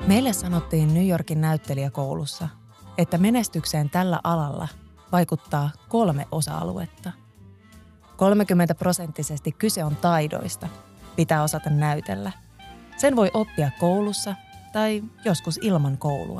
Meille sanottiin New Yorkin näyttelijäkoulussa, että menestykseen tällä alalla vaikuttaa 3 osa-aluetta. 30% kyse on taidoista. Pitää osata näytellä. Sen voi oppia koulussa tai joskus ilman koulua.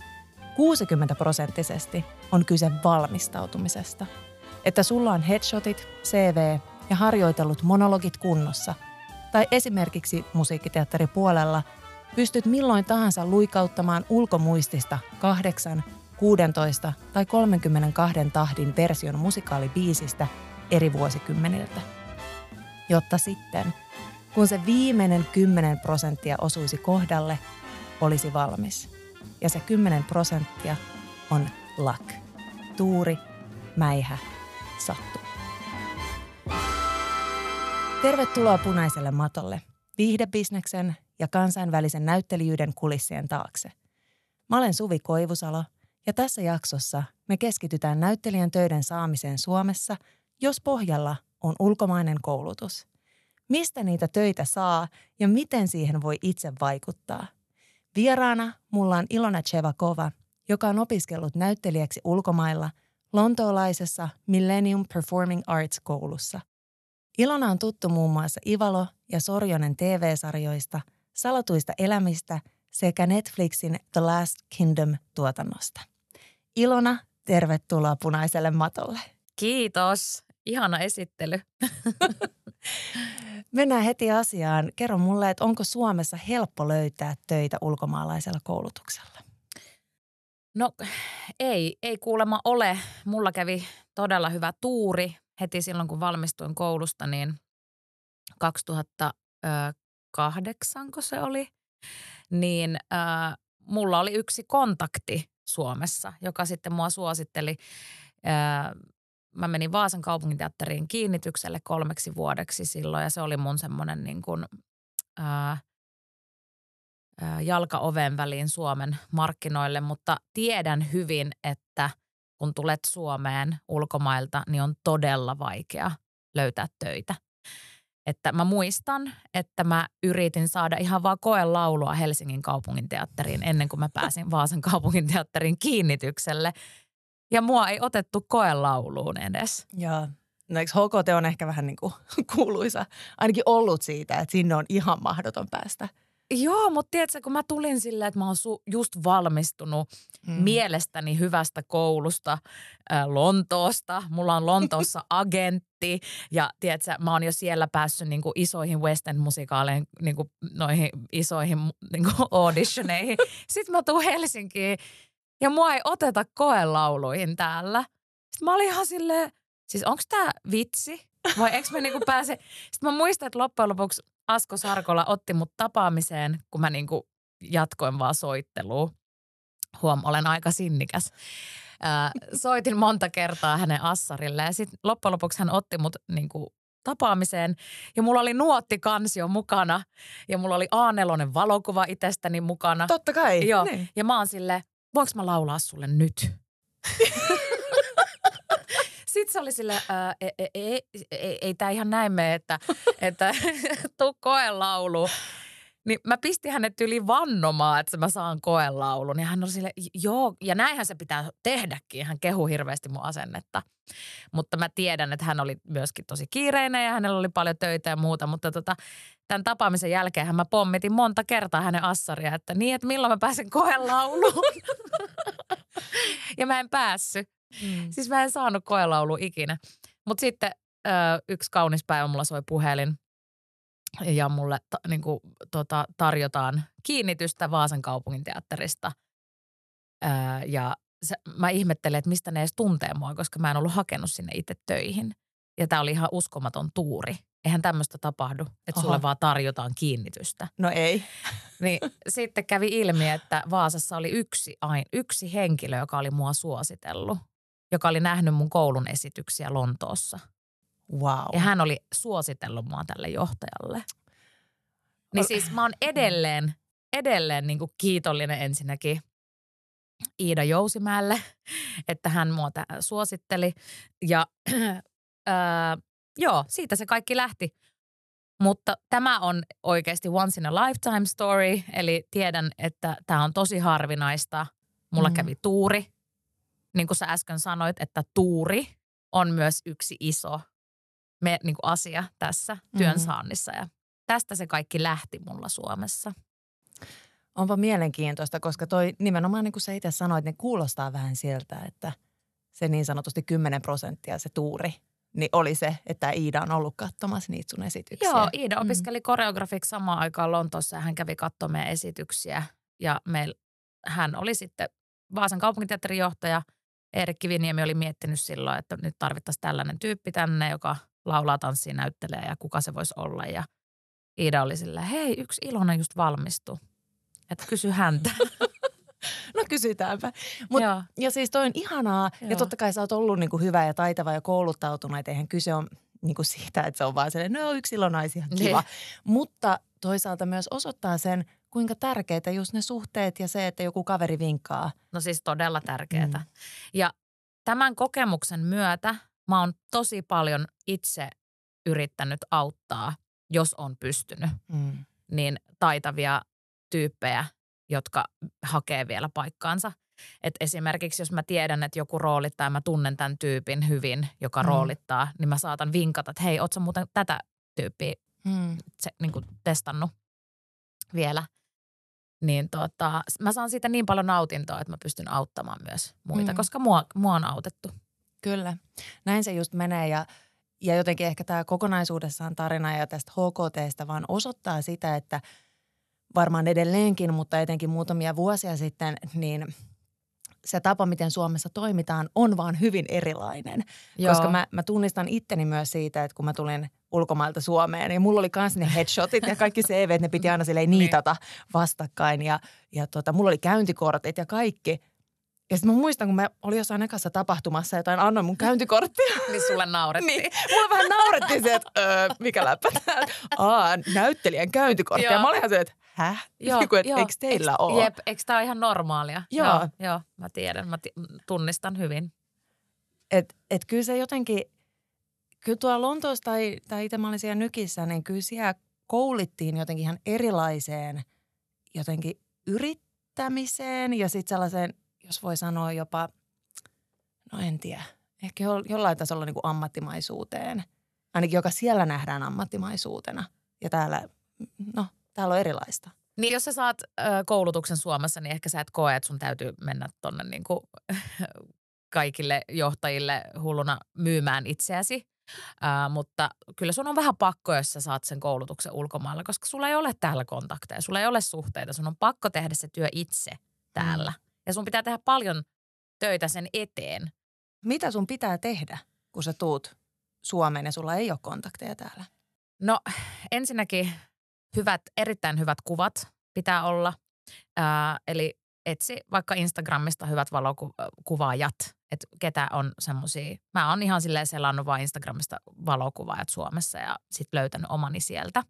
60% on kyse valmistautumisesta. Että sulla on headshotit, CV ja harjoitellut monologit kunnossa. Tai esimerkiksi musiikkiteatteripuolella pystyt milloin tahansa luikauttamaan ulkomuistista 8, 16 tai 32 tahdin version musikaalibiisistä eri vuosikymmeniltä. Jotta sitten, kun se viimeinen 10% osuisi kohdalle, olisi valmis. Ja se 10% on luck. Tuuri, mäihä, sattu. Tervetuloa punaiselle matolle, viihdebisneksen ja kansainvälisen näyttelijyyden kulissien taakse. Mä olen Suvi Koivusalo ja tässä jaksossa me keskitytään näyttelijän töiden saamiseen Suomessa, jos pohjalla on ulkomainen koulutus. Mistä niitä töitä saa ja miten siihen voi itse vaikuttaa? Vieraana mulla on Ilona Chevakova, joka on opiskellut näyttelijäksi ulkomailla lontoolaisessa Millennium Performing Arts-koulussa. Ilona on tuttu muun muassa Ivalo ja Sorjonen TV-sarjoista, Salatuista elämistä sekä Netflixin The Last Kingdom-tuotannosta. Ilona, tervetuloa punaiselle matolle. Kiitos. Ihana esittely. Mennään heti asiaan. Kerro mulle, että onko Suomessa helppo löytää töitä ulkomaalaisella koulutuksella? No ei kuulemma ole. Mulla kävi todella hyvä tuuri heti silloin, kun valmistuin koulusta, niin 2008, kun se oli, niin mulla oli yksi kontakti Suomessa, joka sitten mua suositteli. Mä menin Vaasan kaupunginteatteriin kiinnitykselle 3 vuodeksi silloin ja se oli mun semmoinen niin kuin jalka oven väliin Suomen markkinoille, mutta tiedän hyvin, että kun tulet Suomeen ulkomailta, niin on todella vaikea löytää töitä. Että mä muistan, että mä yritin saada ihan vaan koelaulua Helsingin kaupunginteatteriin ennen kuin mä pääsin Vaasan kaupunginteatterin kiinnitykselle. Ja mua ei otettu koelauluun edes. Joo. No eikö HKT on ehkä vähän niin kuin kuuluisa, ainakin ollut siitä, että sinne on ihan mahdoton päästä. Joo, mutta tiedätkö, kun mä tulin silleen, että mä oon just valmistunut mielestäni hyvästä koulusta Lontoosta. Mulla on Lontoossa agentti ja tiedätkö, mä oon jo siellä päässyt niinku isoihin West End-musikaaleihin, niinku noihin isoihin niinku auditioneihin. Sitten mä tuun Helsinkiin ja mua ei oteta koelauluihin täällä. Sitten mä olin ihan silleen, siis onko tää vitsi vai eikö mä niinku pääse. Sitten mä muistan, että loppujen lopuksi Asko Sarkola otti mut tapaamiseen, kun mä niinku jatkoin vaan soittelua. Olen aika sinnikäs. Soitin monta kertaa hänen assarille ja sitten loppujen lopuksi hän otti mut niinku tapaamiseen. Ja mulla oli nuottikansio mukana ja mulla oli A4 valokuva itsestäni mukana. Totta kai. Joo. Niin. Ja mä oon silleen, voinko mä laulaa sulle nyt? Sitten se oli silleen, ei tää ihan näin mene, että tuu koelauluun. Niin mä pistin hänet yli vannomaan, että mä saan koelaulun. Ja hän oli silleen, joo, ja näinhän se pitää tehdäkin. Hän kehui hirveästi mun asennetta. Mutta mä tiedän, että hän oli myöskin tosi kiireinen ja hänellä oli paljon töitä ja muuta. Mutta tämän tapaamisen jälkeen mä pommitin monta kertaa hänen assaria, että niin, että milloin mä pääsen koelauluun. Ja mä en päässyt. Siis mä en saanut koelaulua ikinä. Mutta sitten yksi kaunis päivä mulla soi puhelin ja mulle tarjotaan kiinnitystä Vaasan kaupunginteatterista. Ja mä ihmettelin, että mistä ne edes tuntee mua, koska mä en ollut hakenut sinne itse töihin. Ja tää oli ihan uskomaton tuuri. Eihän tämmöistä tapahdu, että sulle vaan tarjotaan kiinnitystä. No ei. Niin sitten kävi ilmi, että Vaasassa oli yksi henkilö, joka oli mua suositellut. Joka oli nähnyt mun koulun esityksiä Lontoossa. Wow. Ja hän oli suositellut mua tälle johtajalle. Niin siis mä oon edelleen niin kuin kiitollinen ensinnäkin Iida Jousimäelle, että hän mua suositteli. Ja joo, siitä se kaikki lähti. Mutta tämä on oikeasti once in a lifetime story, eli tiedän, että tämä on tosi harvinaista. Mulla kävi tuuri, niin kuin sä äsken sanoit, että tuuri on myös yksi iso niin kuin asia tässä työnsaannissa ja tästä se kaikki lähti mulla Suomessa. Onpa mielenkiintoista, koska toi nimenomaan niin kuin sä itse sanoit, niin kuulostaa vähän sieltä, että se niin sanotusti 10% se tuuri, niin oli se, että Iida on ollut katsomassa niitä sun esityksiä. Joo, Iida opiskeli koreografiksi samaan aikaan Lontoossa ja hän kävi katsomaan esityksiä ja hän oli sitten Vaasan kaupunginteatterin johtaja. Erik Kiviniemi oli miettinyt silloin, että nyt tarvittaisiin tällainen tyyppi tänne, joka laulaa, tanssii, näyttelee ja kuka se voisi olla. Ja Iida oli silleen, hei, yksi Ilona just valmistui, että kysy häntä. No kysytäänpä. Ja siis toi on ihanaa. Joo. Ja totta kai sä oot ollut niin kuin hyvä ja taitava ja kouluttautunut. Et eihän kyse on niin kuin siitä, että se on vaan sellainen, no yksi Ilona olisi ihan kiva. Mutta toisaalta myös osoittaa sen, kuinka tärkeitä just ne suhteet ja se, että joku kaveri vinkkaa. No siis todella tärkeää. Ja tämän kokemuksen myötä mä oon tosi paljon itse yrittänyt auttaa, jos on pystynyt, niin taitavia tyyppejä, jotka hakee vielä paikkaansa. Et esimerkiksi jos mä tiedän, että joku roolittaa ja mä tunnen tämän tyypin hyvin, joka roolittaa, niin mä saatan vinkata, että hei, ootko sä muuten tätä tyyppiä niin kuin testannut vielä? Niin mä saan siitä niin paljon nautintoa, että mä pystyn auttamaan myös muita, koska mua on autettu. Kyllä. Näin se just menee ja jotenkin ehkä tämä kokonaisuudessaan tarina ja tästä HKT:stä vaan osoittaa sitä, että varmaan edelleenkin, mutta etenkin muutamia vuosia sitten, niin se tapa, miten Suomessa toimitaan, on vaan hyvin erilainen. Joo. Koska mä tunnistan itteni myös siitä, että kun mä tulin ulkomailta Suomeen, niin mulla oli kans ne headshotit ja kaikki CVt, ne piti aina silleen niitata vastakkain. Ja mulla oli käyntikortit ja kaikki. Ja sitten mä muistan, kun mä olin jossain ekassa tapahtumassa jotain, annoin mun käyntikorttia. Niin sulle naurettiin. Niin, mulla vähän naurettiin se, että mikä läppä täällä. Näyttelijän käyntikortti. Ja mä olin ihan se, että eikö teillä ole? Jep, eikö tää ole ihan normaalia? Joo, mä tiedän, tunnistan hyvin. Et kyllä se jotenkin, kyllä tuolla Lontoossa tai itse mä olin siellä Nykissä, niin kyllä siellä koulittiin jotenkin ihan erilaiseen jotenkin yrittämiseen ja sitten sellaiseen, jos voi sanoa jopa, no en tiedä, ehkä jollain tasolla niin kuin ammattimaisuuteen. Ainakin joka siellä nähdään ammattimaisuutena ja täällä on erilaista. Niin jos sä saat koulutuksen Suomessa, niin ehkä sä et koe, että sun täytyy mennä tonne niin kuin kaikille johtajille hulluna myymään itseäsi. Mutta kyllä sun on vähän pakko, jos sä saat sen koulutuksen ulkomailla, koska sulla ei ole täällä kontakteja, sulla ei ole suhteita. Sun on pakko tehdä se työ itse täällä. Ja sun pitää tehdä paljon töitä sen eteen. Mitä sun pitää tehdä, kun sä tuut Suomeen ja sulla ei ole kontakteja täällä? No ensinnäkin erittäin hyvät kuvat pitää olla. Eli etsi vaikka Instagramista hyvät valokuvaajat, että ketä on semmosia. Mä oon ihan silleen selannut vaan Instagramista valokuvaajat Suomessa ja sit löytänyt omani sieltä.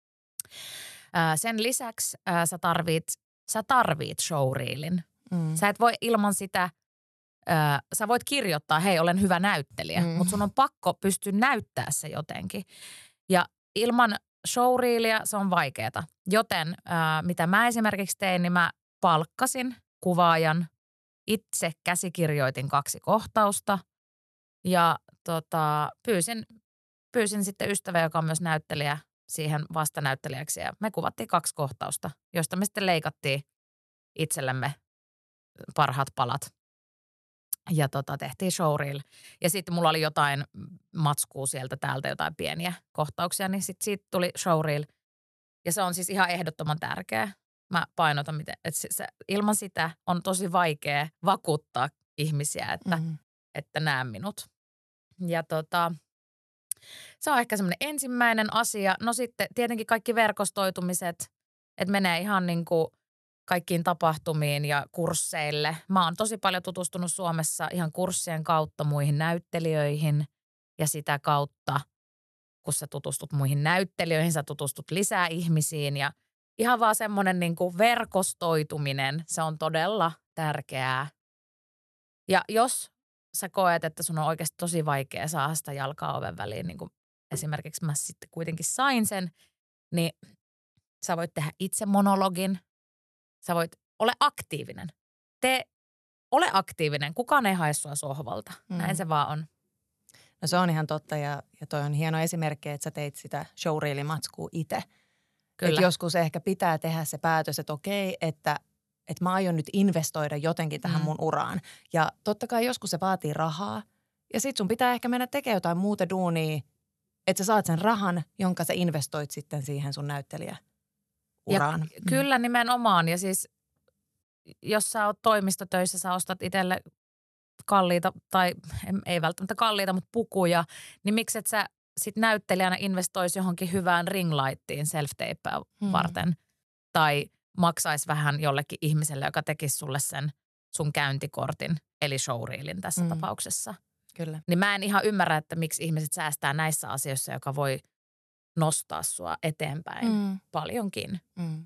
Sen lisäksi sä tarvit showreelin. Sä et voi ilman sitä, sä voit kirjoittaa, hei olen hyvä näyttelijä, mutta sun on pakko pystyä näyttää se jotenkin. Ja ilman showreelia se on vaikeeta. Joten mitä mä esimerkiksi tein, niin mä palkkasin kuvaajan, itse käsikirjoitin 2 kohtausta ja pyysin sitten ystävä, joka on myös näyttelijä, siihen vastanäyttelijäksi ja me kuvattiin 2 kohtausta, josta me sitten leikattiin itsellemme parhaat palat ja tehtiin showreel. Ja sitten mulla oli jotain matskua sieltä täältä, jotain pieniä kohtauksia, niin sitten siitä tuli showreel. Ja se on siis ihan ehdottoman tärkeä. Mä painotan, että ilman sitä on tosi vaikea vakuuttaa ihmisiä, että näe minut. Ja se on ehkä semmoinen ensimmäinen asia. No sitten tietenkin kaikki verkostoitumiset, että menee ihan niin kuin kaikkiin tapahtumiin ja kursseille. Mä oon tosi paljon tutustunut Suomessa ihan kurssien kautta muihin näyttelijöihin ja sitä kautta, kun sä tutustut muihin näyttelijöihin, sä tutustut lisää ihmisiin ja ihan vaan semmoinen niin kuin verkostoituminen, se on todella tärkeää. Ja jos sä koet, että sun on oikeasti tosi vaikea saada sitä jalkaa oven väliin, niin kuin esimerkiksi mä sitten kuitenkin sain sen, niin sä voit tehdä itse monologin. Sä voit, ole aktiivinen. Ole aktiivinen. Kukaan ei hae sua sohvalta. Näin se vaan on. No se on ihan totta ja toi on hieno esimerkki, että sä teit sitä showreel-matskua itse. Että joskus ehkä pitää tehdä se päätös, että okei, että mä aion nyt investoida jotenkin tähän mun uraan. Ja totta kai joskus se vaatii rahaa ja sit sun pitää ehkä mennä tekemään jotain muuta duunia, että sä saat sen rahan, jonka sä investoit sitten siihen sun näyttelijäuraan. Kyllä nimenomaan ja siis jos sä oot toimistotöissä, sä ostat itselle kalliita tai ei välttämättä kalliita, mutta pukuja, niin mikset sä sit näyttelijänä investoisi johonkin hyvään ringlightiin self-tapea varten tai maksaisi vähän jollekin ihmiselle, joka tekisi sulle sen sun käyntikortin, eli showreelin tässä tapauksessa. Kyllä. Niin mä en ihan ymmärrä, että miksi ihmiset säästää näissä asioissa, joka voi nostaa sua eteenpäin paljonkin.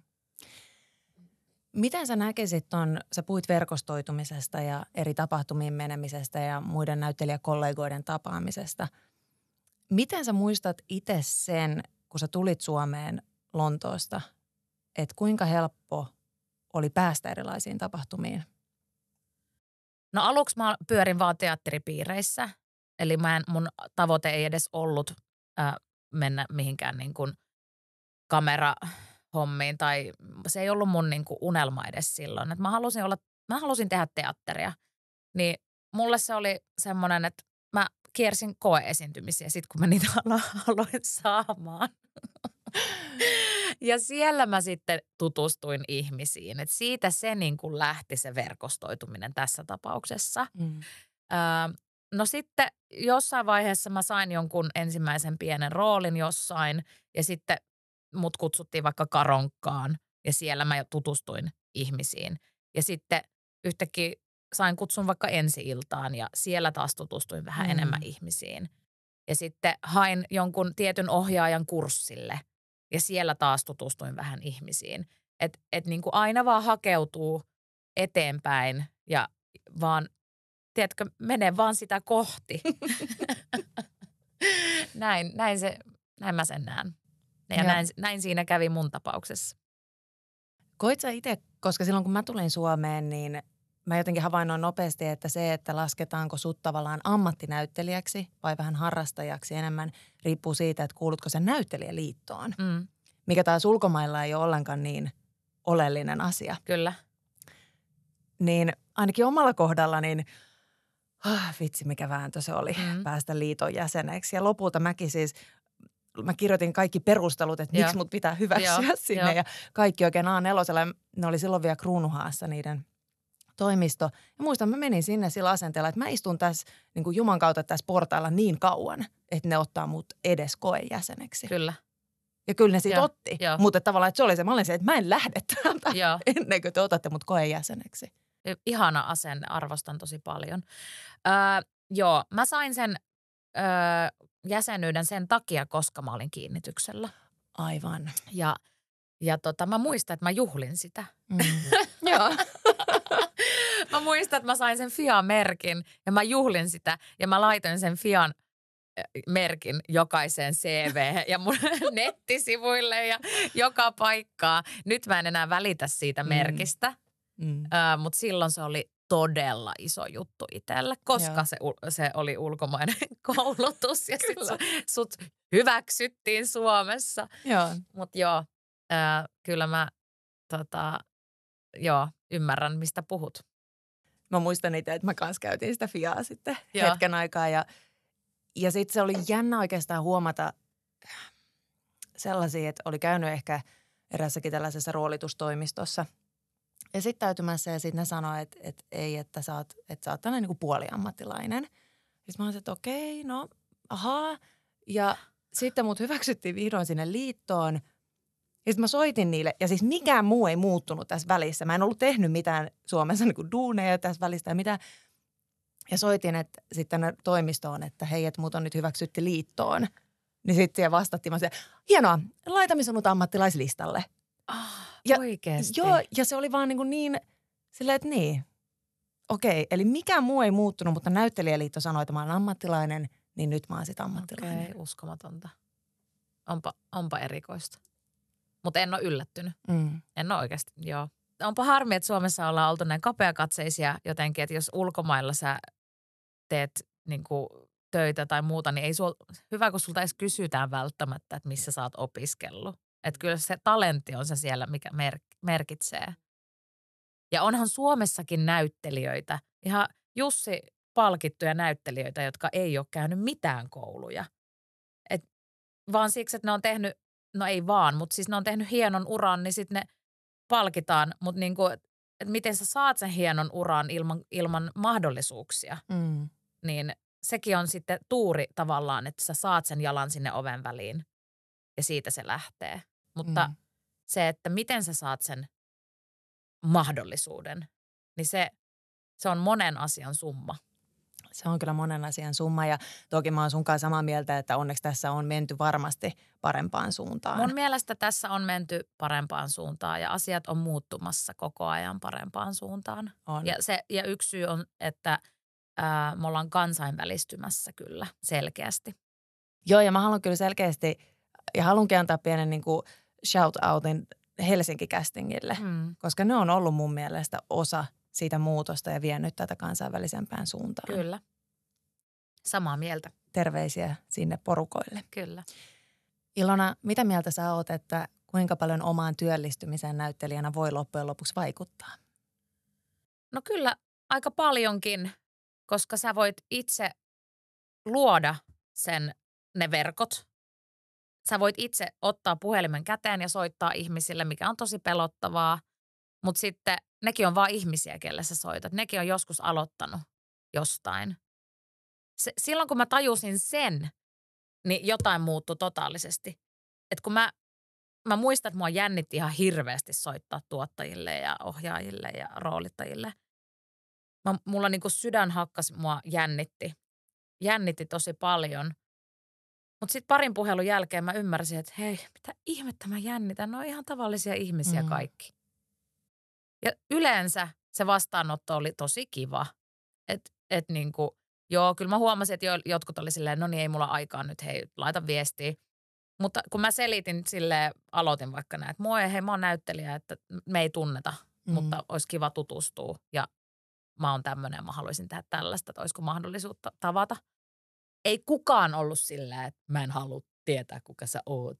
Miten sä näkisit sä puhuit verkostoitumisesta ja eri tapahtumiin menemisestä ja muiden näyttelijäkollegoiden tapaamisesta. Miten sä muistat itse sen, kun sä tulit Suomeen Lontoosta, että kuinka helppo oli päästä erilaisiin tapahtumiin? No aluksi mä pyörin vaan teatteripiireissä, eli mun tavoite ei edes ollut mennä mihinkään niin kuin kamerahommiin tai se ei ollut mun niin kuin unelma edes silloin. Että mä halusin tehdä teatteria, niin mulle se oli semmoinen, että mä kiersin koeesiintymisiä sit kun mä niitä aloin saamaan. Ja siellä mä sitten tutustuin ihmisiin. Et siitä se niin kuin lähti se verkostoituminen tässä tapauksessa. No sitten jossain vaiheessa mä sain jonkun ensimmäisen pienen roolin jossain ja sitten mut kutsuttiin vaikka Karonkkaan ja siellä mä tutustuin ihmisiin. Ja sitten yhtäkkiä sain kutsun vaikka ensi-iltaan ja siellä taas tutustuin vähän enemmän ihmisiin. Ja sitten hain jonkun tietyn ohjaajan kurssille ja siellä taas tutustuin vähän ihmisiin. Et niin kuin aina vaan hakeutuu eteenpäin ja vaan, tiedätkö, menee vaan sitä kohti. näin mä sen näen. Ja näin siinä kävi mun tapauksessa. Koit sä itse, koska silloin kun mä tulin Suomeen, niin mä jotenkin havainnoin nopeasti, että se, että lasketaanko sut tavallaan ammattinäyttelijäksi vai vähän harrastajaksi enemmän, riippuu siitä, että kuulutko sen näyttelijäliittoon. Mikä taas ulkomailla ei ole ollenkaan niin oleellinen asia. Kyllä. Niin ainakin omalla kohdalla, niin vitsi mikä vääntö se oli päästä liiton jäseneksi. Ja lopulta mä kirjoitin kaikki perustelut, että miksi mut pitää hyväksyä sinne. Ja kaikki oikein A4. Ne oli silloin vielä Kruunuhaassa niiden toimisto. Ja muistan, mä menin sinne sillä asenteella, että mä istun tässä niin kuin Juman kautta tässä portailla niin kauan, että ne ottaa mut edes koejäseneksi. Kyllä. Ja kyllä ne sitten otti. Mutta tavallaan, että se oli se, mä olin se, että mä en lähde täältä ennen kuin te otatte mut koejäseneksi. Ihana asenne, arvostan tosi paljon. Mä sain sen jäsenyyden sen takia, koska mä olin kiinnityksellä. Aivan. Ja mä muistan, että mä juhlin sitä. Joo. Mä muistan, että mä sain sen FIA-merkin ja mä juhlin sitä ja mä laitoin sen FIAn merkin jokaiseen CV ja mun nettisivuille ja joka paikkaa. Nyt mä en enää välitä siitä merkistä, mutta silloin se oli todella iso juttu itselle, koska se oli ulkomainen koulutus ja sut hyväksyttiin Suomessa. Mutta kyllä mä ymmärrän, mistä puhut. Mä muistan itse, että mä kanssa käytin sitä FIAa sitten hetken aikaa ja sitten se oli jännä oikeastaan huomata sellaisia, että oli käynyt ehkä erässäkin tällaisessa roolitustoimistossa ja sitten täytymässä ja sitten ne sanoi, että ei, että sä oot tällainen niin kuin puoliammattilainen. Sitten mä olisin, että okei, no ahaa. Ja sitten mut hyväksyttiin vihdoin sinne liittoon. Ja sitten mä soitin niille, ja siis mikään muu ei muuttunut tässä välissä. Mä en ollut tehnyt mitään Suomessa niin kuin duuneja tässä välissä ja mitään. Ja soitin sitten toimistoon, että hei, että mut on nyt hyväksytty liittoon. Niin sitten siellä vastattiin, mä sanoin, hienoa, laitamme sinut ammattilaislistalle. Oikeesti? Joo, ja se oli vaan niin silleen, että okei. Eli mikään muu ei muuttunut, mutta näyttelijäliitto sanoi, että mä olen ammattilainen niin nyt mä oon sit ammattilainen. Okei, uskomatonta. Onpa erikoista. Mutta en ole yllättynyt. En ole oikeasti, joo. Onpa harmi, että Suomessa ollaan oltu näin kapeakatseisia jotenkin, että jos ulkomailla sä teet niinku töitä tai muuta, niin ei hyvä, kun sulta edes kysytään välttämättä, että missä sä oot opiskellut. Että kyllä se talentti on se siellä, mikä merkitsee. Ja onhan Suomessakin näyttelijöitä, ihan Jussi palkittuja näyttelijöitä, jotka ei ole käynyt mitään kouluja. Vaan siksi, että ne on tehnyt, no ei vaan, mutta siis ne on tehnyt hienon uran, niin sitten ne palkitaan. Mutta niinku, että miten sä saat sen hienon uran ilman mahdollisuuksia, niin sekin on sitten tuuri tavallaan, että sä saat sen jalan sinne oven väliin ja siitä se lähtee. Mutta se, että miten sä saat sen mahdollisuuden, niin se on monen asian summa. Se on kyllä monen asian summa ja toki mä oon sunkaan samaa mieltä, että onneksi tässä on menty varmasti parempaan suuntaan. Mun mielestä tässä on menty parempaan suuntaan ja asiat on muuttumassa koko ajan parempaan suuntaan. On. Ja yksi syy on, että me ollaan kansainvälistymässä kyllä selkeästi. Joo, ja mä haluan kyllä selkeästi ja haluankin antaa pienen niin kuin shout-outin Helsinki-castingille, koska ne on ollut mun mielestä osa siitä muutosta ja vienyt tätä kansainvälisempään suuntaan. Kyllä. Samaa mieltä. Terveisiä sinne porukoille. Kyllä. Ilona, mitä mieltä sä oot, että kuinka paljon omaan työllistymiseen näyttelijänä voi loppujen lopuksi vaikuttaa? No kyllä aika paljonkin, koska sä voit itse luoda ne verkot. Sä voit itse ottaa puhelimen käteen ja soittaa ihmisille, mikä on tosi pelottavaa. Mutta sitten nekin on vaan ihmisiä, kelle sä soitat. Nekin on joskus aloittanut jostain. Silloin kun mä tajusin sen, niin jotain muuttui totaalisesti. Et kun mä muistan, että mua jännitti ihan hirveästi soittaa tuottajille ja ohjaajille ja roolittajille. Mulla niinku sydän hakkasi, mua jännitti tosi paljon. Mutta sitten parin puhelun jälkeen mä ymmärsin, että hei, mitä ihmettä mä jännitän. Ne on ihan tavallisia ihmisiä kaikki. Ja yleensä se vastaanotto oli tosi kiva. Että niinku, joo, kyllä mä huomasin, että jotkut oli silleen, no niin, ei mulla aikaa nyt, hei, laita viestiä. Mutta kun mä selitin silleen, aloitin vaikka näin, että moi, hei, mä oon näyttelijä, että me ei tunneta, mutta olisi kiva tutustua. Ja mä oon tämmöinen, mä haluaisin tehdä tällaista, että olisiko mahdollisuutta tavata. Ei kukaan ollut silleen, että mä en halua tietää, kuka sä oot.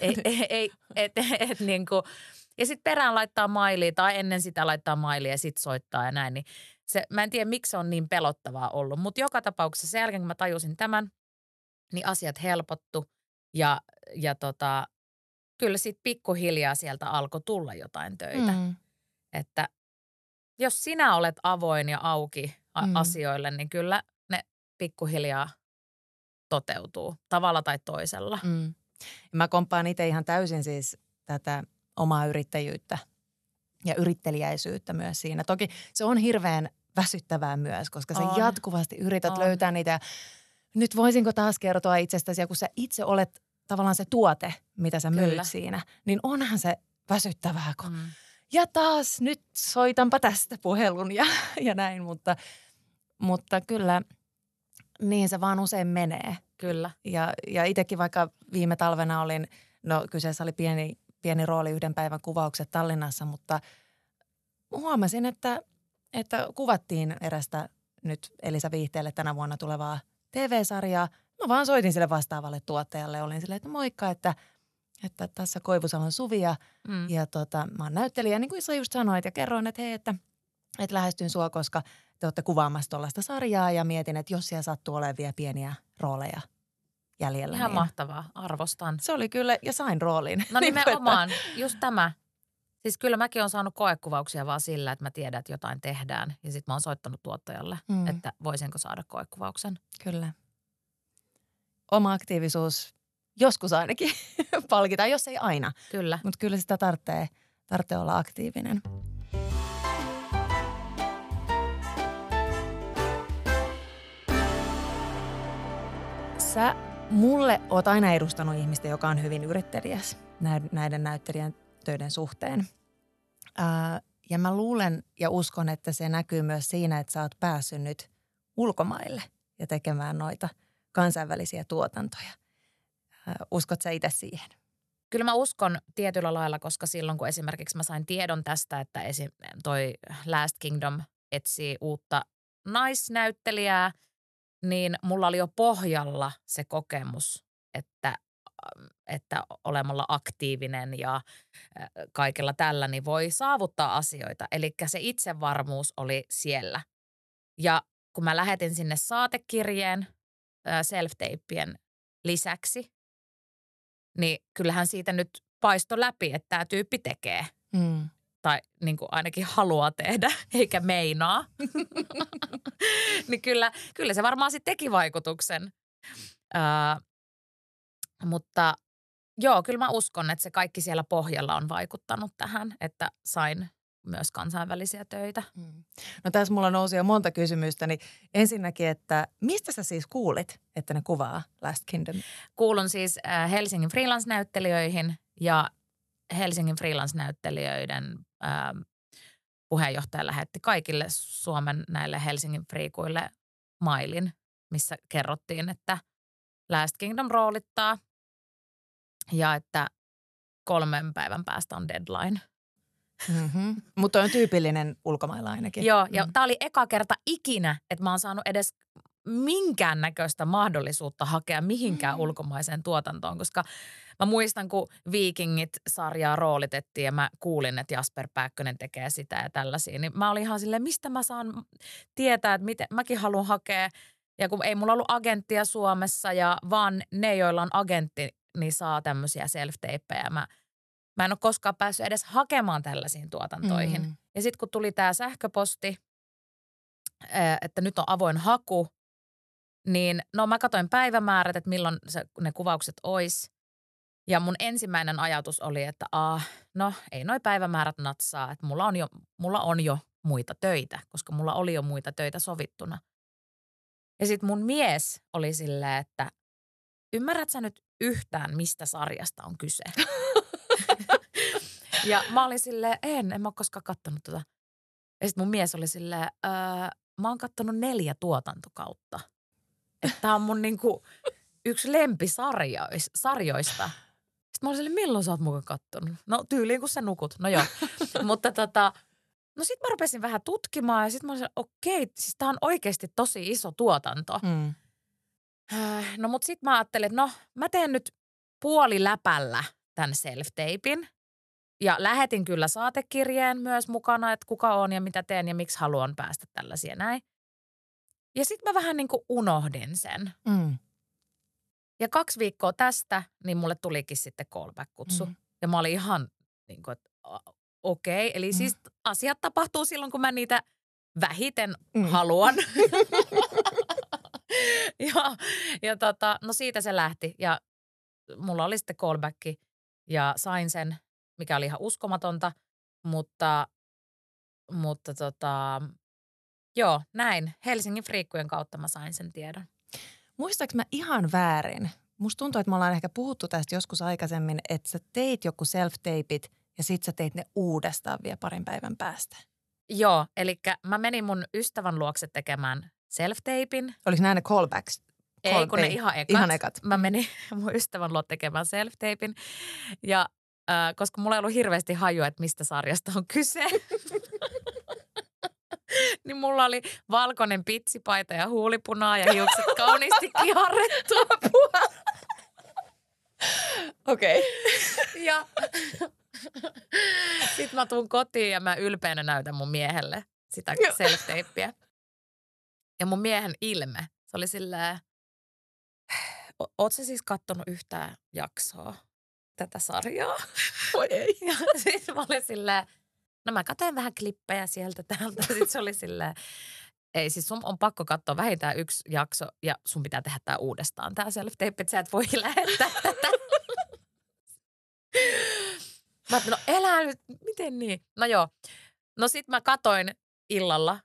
Niinku. Ja sitten perään laittaa mailia tai ennen sitä laittaa mailia ja sitten soittaa ja näin. Niin mä en tiedä, miksi se on niin pelottavaa ollut. Mutta joka tapauksessa sen jälkeen, kun mä tajusin tämän, niin asiat helpottu. Ja kyllä sitten pikkuhiljaa sieltä alkoi tulla jotain töitä. Että jos sinä olet avoin ja auki asioille, niin kyllä ne pikkuhiljaa toteutuu tavalla tai toisella. Mä komppaan itse ihan täysin siis tätä omaa yrittäjyyttä ja yritteliäisyyttä myös siinä. Toki se on hirveän väsyttävää myös, koska sä jatkuvasti yrität löytää niitä. Ja nyt voisinko taas kertoa itsestäsi, ja kun sä itse olet tavallaan se tuote, mitä sä myyt siinä, niin onhan se väsyttävää, kun ja taas nyt soitanpa tästä puhelun ja näin, mutta kyllä niin se vaan usein menee. Kyllä. Ja itsekin vaikka viime talvena olin, no kyseessä oli pieni rooli 1 päivän kuvaukset Tallinnassa, mutta huomasin, että kuvattiin erästä nyt Elisa Viihteelle tänä vuonna tulevaa TV-sarjaa. Mä vaan soitin sille vastaavalle tuottajalle ja olin silleen, että moikka, että tässä Koivusalon Suvi ja mä oon näyttelijä. Niin kuin sä just sanoit ja kerroin, että hei, että lähestyn sua, koska te olette kuvaamassa tuollaista sarjaa ja mietin, että jos siellä sattuu olemaan vielä pieniä rooleja jäljellä. Ihan niin mahtavaa, arvostan. Se oli kyllä, ja sain roolin. No nimenomaan, just tämä. Siis kyllä mäkin olen saanut koekuvauksia vaan sillä, että mä tiedän, että jotain tehdään. Ja sitten mä oon soittanut tuottajalle, että voisinko saada koekuvauksen. Kyllä. Oma aktiivisuus joskus ainakin palkitaan, jos ei aina. Kyllä. Mutta kyllä sitä tarvitsee olla aktiivinen. Sä mulle oot aina edustanut ihmistä, joka on hyvin yrittelijäs näiden näyttelijän töiden suhteen. Ja mä luulen ja uskon, että se näkyy myös siinä, että sä oot päässyt nyt ulkomaille ja tekemään noita kansainvälisiä tuotantoja. Uskot sä itse siihen? Kyllä mä uskon tietyllä lailla, koska silloin kun esimerkiksi mä sain tiedon tästä, että toi Last Kingdom etsii uutta naisnäyttelijää, niin mulla oli jo pohjalla se kokemus, että olemalla aktiivinen ja kaikella tällä niin voi saavuttaa asioita. Eli se itsevarmuus oli siellä. Ja kun mä lähetin sinne saatekirjeen self-tapien lisäksi, niin kyllähän siitä nyt paisto läpi, että tämä tyyppi tekee. Tai niin kuin ainakin haluaa tehdä, eikä meinaa. Niin kyllä se varmaan sitten teki vaikutuksen. Mutta joo, kyllä mä uskon, että se kaikki siellä pohjalla on vaikuttanut tähän, että sain myös kansainvälisiä töitä. No tässä mulla nousi jo monta kysymystä, niin ensinnäkin, että mistä sä siis kuulit, että ne kuvaa Last Kingdom? Kuulun siis Helsingin freelance-näyttelijöihin ja Helsingin freelance-näyttelijöiden puheenjohtaja lähetti kaikille Suomen näille Helsingin friikuille mailin, missä kerrottiin, että Last Kingdom roolittaa ja että 3 päivän päästä on deadline. Mutta on tyypillinen ulkomailla ainakin. Joo, ja tämä oli eka kerta ikinä, että mä oon saanut edes minkäännäköistä mahdollisuutta hakea mihinkään ulkomaiseen tuotantoon, koska mä muistan, kun Vikingit-sarjaa roolitettiin ja mä kuulin, että Jasper Pääkkönen tekee sitä ja tällaisia, niin mä olin ihan silleen, mistä mä saan tietää, että miten mäkin haluan hakea. Ja kun ei mulla ollut agenttia Suomessa ja vaan ne, joilla on agentti, niin saa tämmöisiä self-tapeja. Mä en ole koskaan päässyt edes hakemaan tällaisiin tuotantoihin. Ja sitten kun tuli tämä sähköposti, että nyt on avoin haku, niin no mä katsoin päivämäärät, että milloin ne kuvaukset olisi. Ja mun ensimmäinen ajatus oli, että no ei noi päivämäärät natsaa, että mulla on jo muita töitä, koska mulla oli jo muita töitä sovittuna. Ja sitten mun mies oli silleen, että ymmärrät sä nyt yhtään, mistä sarjasta on kyse? Ja mä olin silleen, en mä ole koskaan kattonut tota. Ja sitten mun mies oli silleen, mä oon kattonut 4 tuotantokautta. Että tää on mun niinku yksi lempisarjoista. Sitten mä olin silleen, milloin sä oot mukaan kattonut? No tyyliin kun sä nukut, no joo. Mutta no sit mä rupesin vähän tutkimaan ja sit mä olin silleen, okei, siis tää on oikeasti tosi iso tuotanto. No mut sit mä ajattelin, että no mä teen nyt puoliläpällä tämän self-tapein. Ja lähetin kyllä saatekirjeen myös mukana, että kuka on ja mitä teen ja miksi haluan päästä tällaisia näin. Ja sitten mä vähän niin kuin unohdin sen. Ja 2 viikkoa tästä, niin mulle tulikin sitten callback-kutsu. Ja mä olin ihan niin kuin, että okei. Eli siis asiat tapahtuu silloin, kun mä niitä vähiten haluan. No siitä se lähti. Ja mulla oli sitten callback ja sain sen, mikä oli ihan uskomatonta, mutta joo, näin. Helsingin friikkujen kautta mä sain sen tiedon. Muistaaks mä ihan väärin? Musta tuntuu, että me ollaan ehkä puhuttu tästä joskus aikaisemmin, että sä teit joku self-tapeit ja sit sä teit ne uudestaan vielä 2 päivän päästä. Joo, eli mä menin mun ystävän luokse tekemään self-tapein. Oliko nämä ne callbacks? Ei, kun ne ihan ekat. Ihan ekat. Mä menin mun ystävän luo tekemään self-tapein ja koska mulla ei ollut hirveästi hajua, että mistä sarjasta on kyse, niin mulla oli valkoinen pitsipaita ja huulipunaa ja hiukset kauniisti kiharrettua. Okei. Ja sit mä tuun kotiin ja mä ylpeänä näytän mun miehelle sitä self-tapeä. Ja mun miehen ilme, se oli silleen, oot sä siis kattonut yhtään jaksoa tätä sarjaa? Oi ei. Ja siis mä olin silleen, no mä katsoin vähän klippejä sieltä täältä. Sitten se oli silleen, ei siis sun on pakko katsoa vähintään 1 jakso ja sun pitää tehdä tää uudestaan. Tää self-tape, että sä et voi lähettää tätä. Mä ajattelin, no elää nyt, miten niin? No joo. No sit mä katoin illalla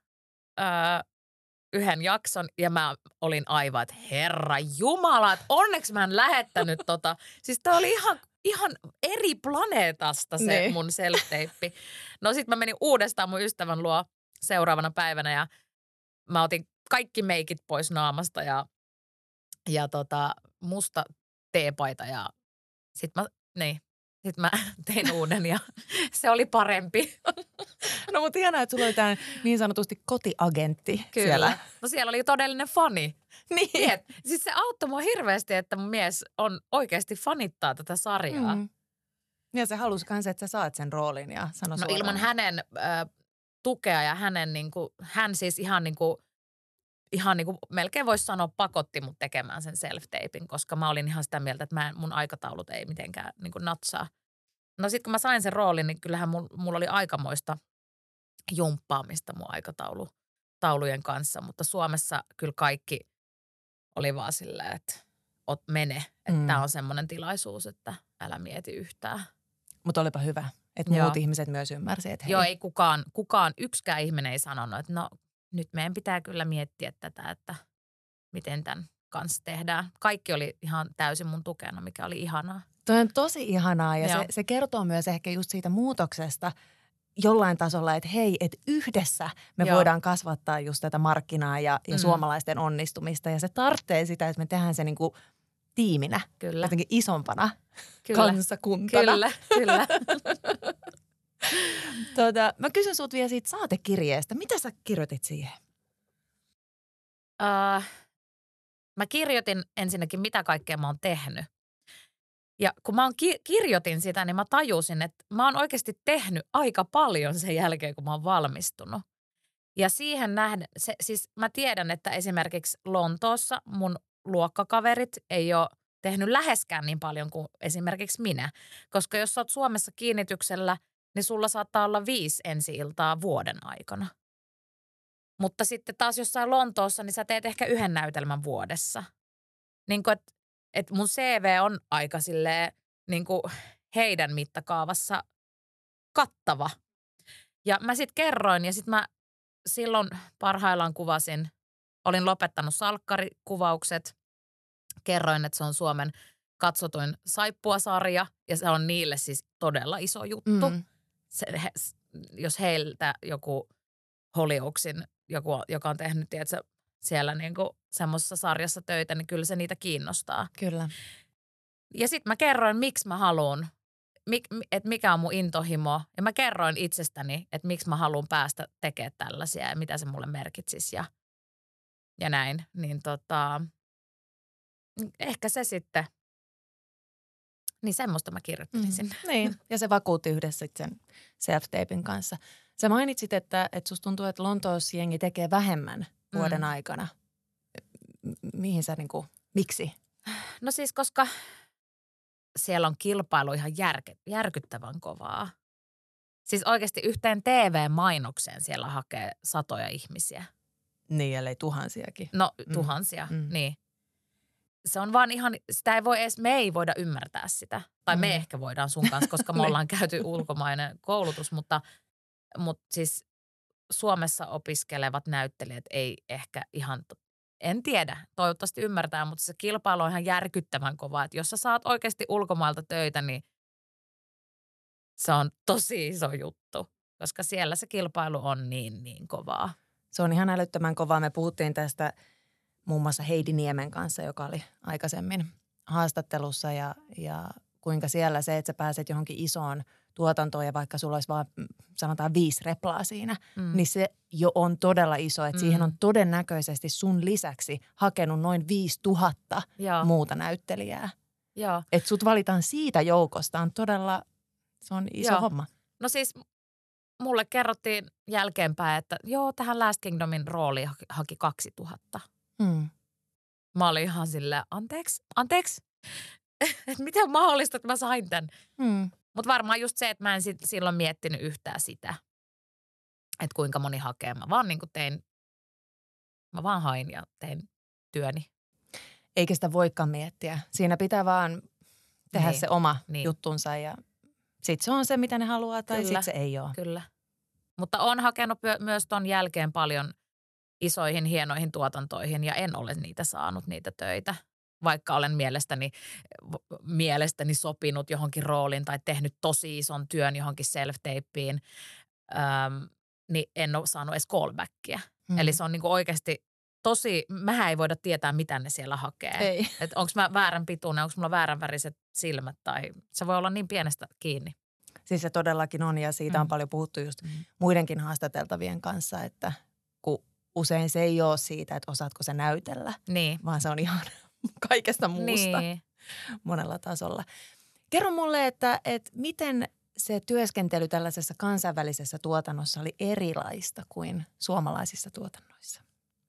1 jakson ja mä olin aivan, että herra jumala, että onneksi mä en lähettänyt tota. Siis tää oli ihan eri planeetasta se mun self-tape. No sit mä menin uudestaan mun ystävän luo seuraavana päivänä ja mä otin kaikki meikit pois naamasta ja ja musta teepaita ja sitten mä tein uuden ja se oli parempi. No mutta ihanaa, että sulla oli tämä niin sanotusti kotiagentti siellä. No siellä oli todellinen fani. Niin. Siis se auttoi mua hirveästi, että mun mies on oikeasti fanittaa tätä sarjaa. Ja se halusi kanssa, että sä saat sen roolin ja sano suoraan. Ilman hänen tukea ja hänen hän siis ihan melkein voisi sanoa pakotti mut tekemään sen self-tapin, koska mä olin ihan sitä mieltä, että mun aikataulut ei mitenkään natsaa. No sit kun mä sain sen roolin, niin kyllähän mulla oli aikamoista jumppaamista mun aikataulujen kanssa, mutta Suomessa kyllä kaikki oli vaan silleen, että mene, että tää on semmoinen tilaisuus, että älä mieti yhtään. Mutta olipa hyvä, että muut ihmiset myös ymmärsi, että hei. Joo, ei yksikään ihminen ei sanonut, että no nyt meidän pitää kyllä miettiä tätä, että miten tämän kanssa tehdään. Kaikki oli ihan täysin mun tukena, mikä oli ihanaa. Toi on tosi ihanaa ja se kertoo myös ehkä just siitä muutoksesta jollain tasolla, että hei, että yhdessä me voidaan kasvattaa just tätä markkinaa ja suomalaisten onnistumista. Ja se tarvitsee sitä, että me tehdään se niinku tiiminä, jotenkin isompana kansakuntana. Kyllä. Mä kysyn sut vielä siitä saatekirjeestä. Mitä sä kirjoitit siihen? Mä kirjoitin ensinnäkin, mitä kaikkea mä oon tehnyt. Ja kun mä kirjoitin sitä, niin mä tajusin, että mä oon oikeasti tehnyt aika paljon sen jälkeen, kun mä oon valmistunut. Ja siihen nähden, siis mä tiedän, että esimerkiksi Lontoossa mun luokkakaverit ei ole tehnyt läheskään niin paljon kuin esimerkiksi minä. Koska jos sä oot Suomessa kiinnityksellä, niin sulla saattaa olla 5 ensi-iltaa vuoden aikana. Mutta sitten taas jossain Lontoossa, niin sä teet ehkä 1 näytelmän vuodessa. Niin kuin, että mun CV on aika silleen niin kuin heidän mittakaavassa kattava. Ja mä sitten kerroin ja sitten mä silloin parhaillaan olin lopettanut salkkarikuvaukset. Kerroin, että se on Suomen katsotuin saippuasarja ja se on niille siis todella iso juttu. Jos heiltä joku Hollyoaksin, joka on tehnyt, tiedätkö, siellä niinku semmoisessa sarjassa töitä, niin kyllä se niitä kiinnostaa. Kyllä. Ja sitten mä kerroin, miksi mä haluan, että mikä on mun intohimo. Ja mä kerroin itsestäni, että miksi mä haluan päästä tekemään tällaisia ja mitä se mulle merkitsisi ja näin. Niin ehkä se sitten, niin semmoista mä kirjoittelin sinne. Niin, ja se vakuutti yhdessä sen self-tapin kanssa. Sä mainitsit, että susta tuntuu, että Lontoossa jengi tekee vähemmän vuoden aikana. Mihin sä miksi? No siis, koska siellä on kilpailu ihan järkyttävän kovaa. Siis oikeasti yhteen TV-mainokseen siellä hakee satoja ihmisiä. Niin, ellei tuhansiakin. No tuhansia, niin. Se on vaan ihan, me ei voida ymmärtää sitä. Tai me ehkä voidaan sun kanssa, koska me ollaan käyty ulkomainen koulutus, mutta siis Suomessa opiskelevat näyttelijät ei ehkä ihan, en tiedä, toivottavasti ymmärtää, mutta se kilpailu on ihan järkyttävän kova. Että jos sä saat oikeasti ulkomailta töitä, niin se on tosi iso juttu, koska siellä se kilpailu on niin kovaa. Se on ihan älyttömän kovaa. Me puhuttiin tästä muun muassa Heidi Niemen kanssa, joka oli aikaisemmin haastattelussa ja kuinka siellä se, että sä pääset johonkin isoon tuotantoon ja vaikka sulla olisi vaan sanotaan 5 replaa siinä, niin se jo on todella iso. Että siihen on todennäköisesti sun lisäksi hakenut noin 5000 muuta näyttelijää. Että sut valitaan siitä joukosta on todella, se on iso homma. No siis mulle kerrottiin jälkeenpäin, että tähän Last Kingdomin rooli haki 2000. Mä olin ihan silleen, anteeksi, että miten mahdollista, että mä sain tämän. Mutta varmaan just se, että mä en silloin miettinyt yhtään sitä, että kuinka moni hakee. Mä vaan mä vaan hain ja tein työni. Eikä sitä voikaan miettiä. Siinä pitää vaan tehdä se oma juttunsa ja sit se on se, mitä ne haluaa tai sit se ei ole. Kyllä. Mutta on hakenut myös ton jälkeen paljon isoihin, hienoihin tuotantoihin ja en ole saanut niitä töitä. Vaikka olen mielestäni sopinut johonkin rooliin tai tehnyt tosi ison työn johonkin self-tapeen, niin en ole saanut edes callbackia. Eli se on oikeasti mehän ei voida tietää, mitä ne siellä hakee. Ei. Että onko mä väärän pituinen, onko mulla vääränväriset silmät tai se voi olla niin pienestä kiinni. Siis se todellakin on ja siitä on paljon puhuttu just muidenkin haastateltavien kanssa, että kun usein se ei ole siitä, että osaatko sä näytellä, vaan se on ihan kaikesta muusta monella tasolla. Kerro mulle, että miten se työskentely tällaisessa kansainvälisessä tuotannossa oli erilaista kuin suomalaisissa tuotannoissa?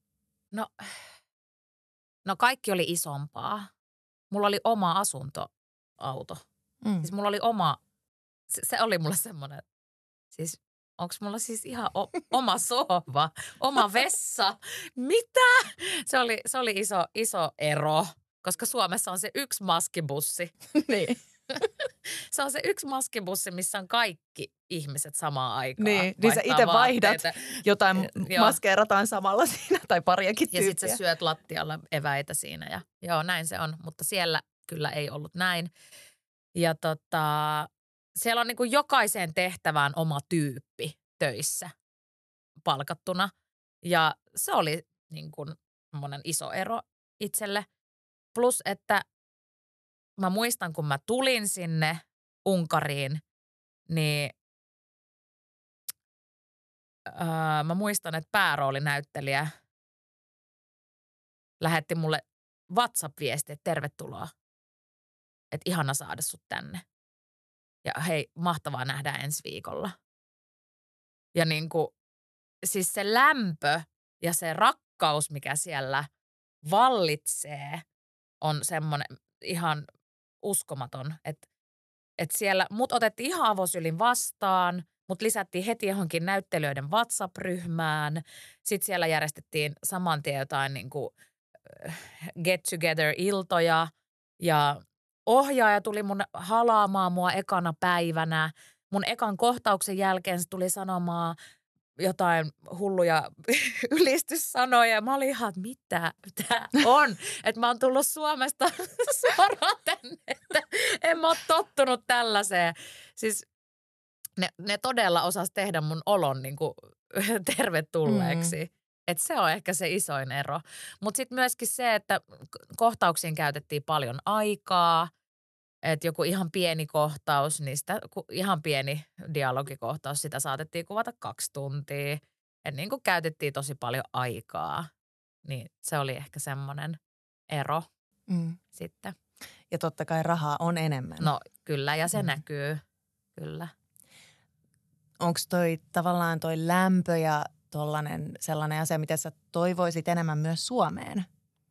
No kaikki oli isompaa. Mulla oli oma asuntoauto. Siis mulla oli se oli mulla semmoinen, siis onko mulla siis ihan oma sohva, oma vessa? Mitä? Se oli iso ero, koska Suomessa on se yksi maskibussi. Niin. Se on se yksi maskibussi, missä on kaikki ihmiset samaan aikaan. Niin sä itse vaihdat, jotain maskeerataan samalla siinä tai pariakin tyyppiä. Ja sitten sä syöt lattialla eväitä siinä ja joo, näin se on. Mutta siellä kyllä ei ollut näin. Ja siellä on niin kuin jokaiseen tehtävään oma tyyppi töissä palkattuna. Ja se oli niin kuin semmoinen iso ero itselle. Plus, että mä muistan, kun mä tulin sinne Unkariin, niin mä muistan, että pääroolinäyttelijä lähetti mulle WhatsApp-viesti, että tervetuloa. Että ihana saada sut tänne. Ja hei, mahtavaa nähdä ensi viikolla. Ja niin kuin, siis se lämpö ja se rakkaus, mikä siellä vallitsee, on semmoinen ihan uskomaton. Että siellä mut otettiin ihan avosylin vastaan, mut lisättiin heti johonkin näyttelijöiden WhatsApp-ryhmään. Sitten siellä järjestettiin saman tien jotain niin kuin get-together-iltoja ja ohjaaja tuli mun halaamaan mua ekana päivänä. Mun ekan kohtauksen jälkeen se tuli sanomaan jotain hulluja ylistyssanoja. Mä olin ihan, että mitä tää on? Että mä oon tullut Suomesta suoraan tänne, että en mä oo tottunut tällaiseen. Siis ne todella osas tehdä mun olon niin kuin tervetulleeksi. Että se on ehkä se isoin ero. Mutta sitten myöskin se, että kohtauksiin käytettiin paljon aikaa. Että joku ihan pieni kohtaus, niin sitä ihan pieni dialogikohtaus, sitä saatettiin kuvata 2 tuntia. Että niin kuin käytettiin tosi paljon aikaa. Niin se oli ehkä semmoinen ero sitten. Ja totta kai rahaa on enemmän. No kyllä, ja se näkyy, kyllä. Onko tavallaan toi lämpö ja sellainen asia, mitä sä toivoisit enemmän myös Suomeen?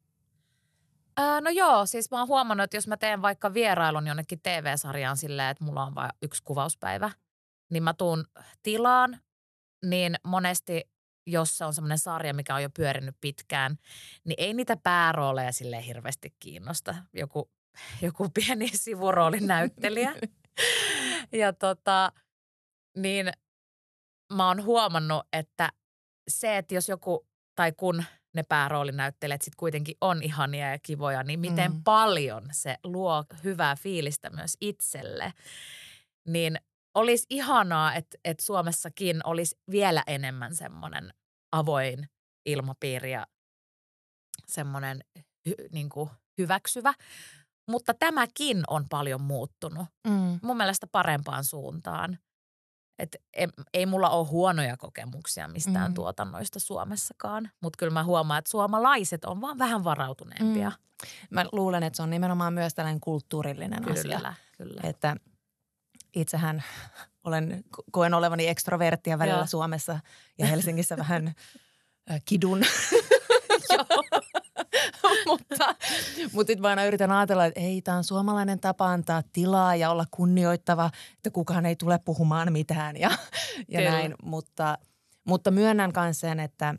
No joo, siis mä oon huomannut, että jos mä teen vaikka vierailun jonnekin TV-sarjaan silleen, että mulla on vain 1 kuvauspäivä, niin mä tuun tilaan, niin monesti, jos se on semmoinen sarja, mikä on jo pyörinyt pitkään, niin ei niitä päärooleja silleen hirveästi kiinnosta. Joku pieni sivuroolin näyttelijä. Ja niin mä oon huomannut, että se, että jos joku tai kun ne pääroolinäyttelijät sitten kuitenkin on ihania ja kivoja, niin miten paljon se luo hyvää fiilistä myös itselle. Niin olisi ihanaa, että Suomessakin olisi vielä enemmän semmoinen avoin ilmapiiri ja semmoinen niin kuin hyväksyvä. Mutta tämäkin on paljon muuttunut. Mun mielestä parempaan suuntaan. Et ei mulla ole huonoja kokemuksia mistään tuotannoista Suomessakaan, mutta kyllä mä huomaan, että suomalaiset on vaan vähän varautuneempia. Mä luulen, että se on nimenomaan myös tällainen kulttuurillinen asia. Kyllä. Että itsehän koen olevani ekstroverttia välillä Suomessa ja Helsingissä vähän kidun. Joo. Mutta sitten mä aina yritän ajatella, että ei, tämä on suomalainen tapa antaa tilaa ja olla kunnioittava, että kukaan ei tule puhumaan mitään ja näin. Mutta myönnän myös sen, että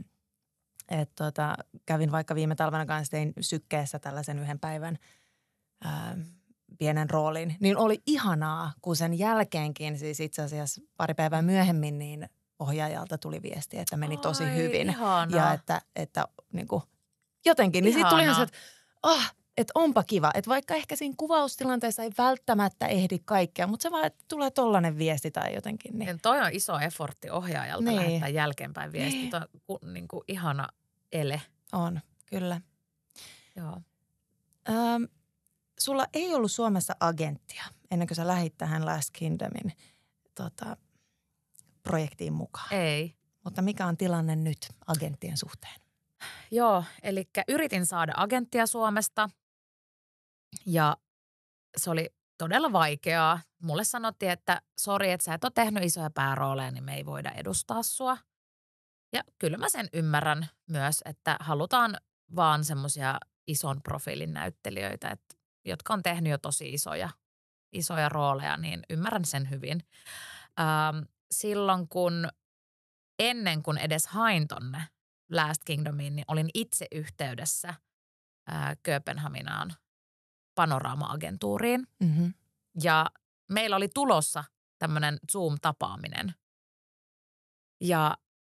kävin vaikka viime talvena kanssa, tein Sykkeessä tällaisen 1 päivän pienen roolin. Niin oli ihanaa, kun sen jälkeenkin, siis itse asiassa 2 päivää myöhemmin, niin ohjaajalta tuli viesti, että meni tosi hyvin. Ihanaa. Ja että niin kuin jotenkin, niin siitä tuli ihan se, että onpa kiva. Että vaikka ehkä siinä kuvaustilanteessa ei välttämättä ehdi kaikkea, mutta se vaan, että tulee tollainen viesti tai jotenkin. Niin. Toi on iso effortti ohjaajalta lähettää jälkeenpäin viesti. Toi on niin kuin ihana ele. On, kyllä. Joo. Sulla ei ollut Suomessa agenttia ennen kuin sä lähdit tähän Last Kingdomin projektiin mukaan. Ei. Mutta mikä on tilanne nyt agenttien suhteen? Joo, eli yritin saada agenttia Suomesta ja se oli todella vaikeaa. Mulle sanottiin, että sori, että sä et ole tehnyt isoja päärooleja, niin me ei voida edustaa sua. Ja kyllä mä sen ymmärrän myös, että halutaan vaan semmoisia ison profiilin näyttelijöitä, jotka on tehnyt jo tosi isoja rooleja, niin ymmärrän sen hyvin. Silloin ennen kuin edes hain tonne Last Kingdomiin, niin olin itse yhteydessä Kööpenhaminaan Panorama-agentuuriin. Mm-hmm. Ja meillä oli tulossa tämmöinen Zoom-tapaaminen. Ja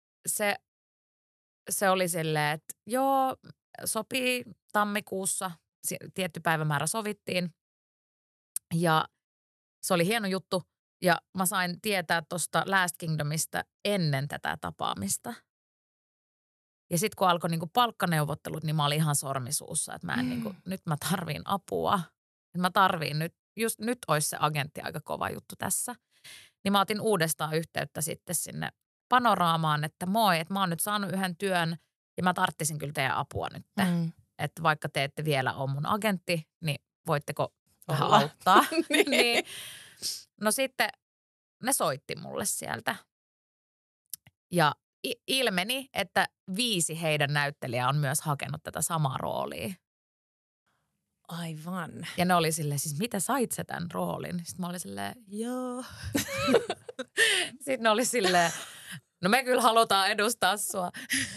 se oli silleen, että joo, sopii tammikuussa, tietty päivämäärä sovittiin. Ja se oli hieno juttu. Ja mä sain tietää tuosta Last Kingdomista ennen tätä tapaamista. Ja sitten kun alkoi niinku palkkaneuvottelut, niin mä olin ihan sormisuussa, että mä en nyt mä tarviin apua. Mä tarviin nyt olisi se agentti aika kova juttu tässä. Niin mä otin uudestaan yhteyttä sitten sinne Panoraamaan, että moi, että mä oon nyt saanut yhden työn ja mä tarttisin kyllä teidän apua nyt. Että vaikka te ette vielä ole mun agentti, niin voitteko vähän auttaa. niin. No sitten ne soitti mulle sieltä ja ilmeni, että 5 heidän näyttelijää on myös hakenut tätä samaa roolia. Aivan. Ja ne oli silleen, siis mitä sait sä tämän roolin? Sitten mä olin silleen, joo. Sitten ne oli silleen, no me kyllä halutaan edustaa sua.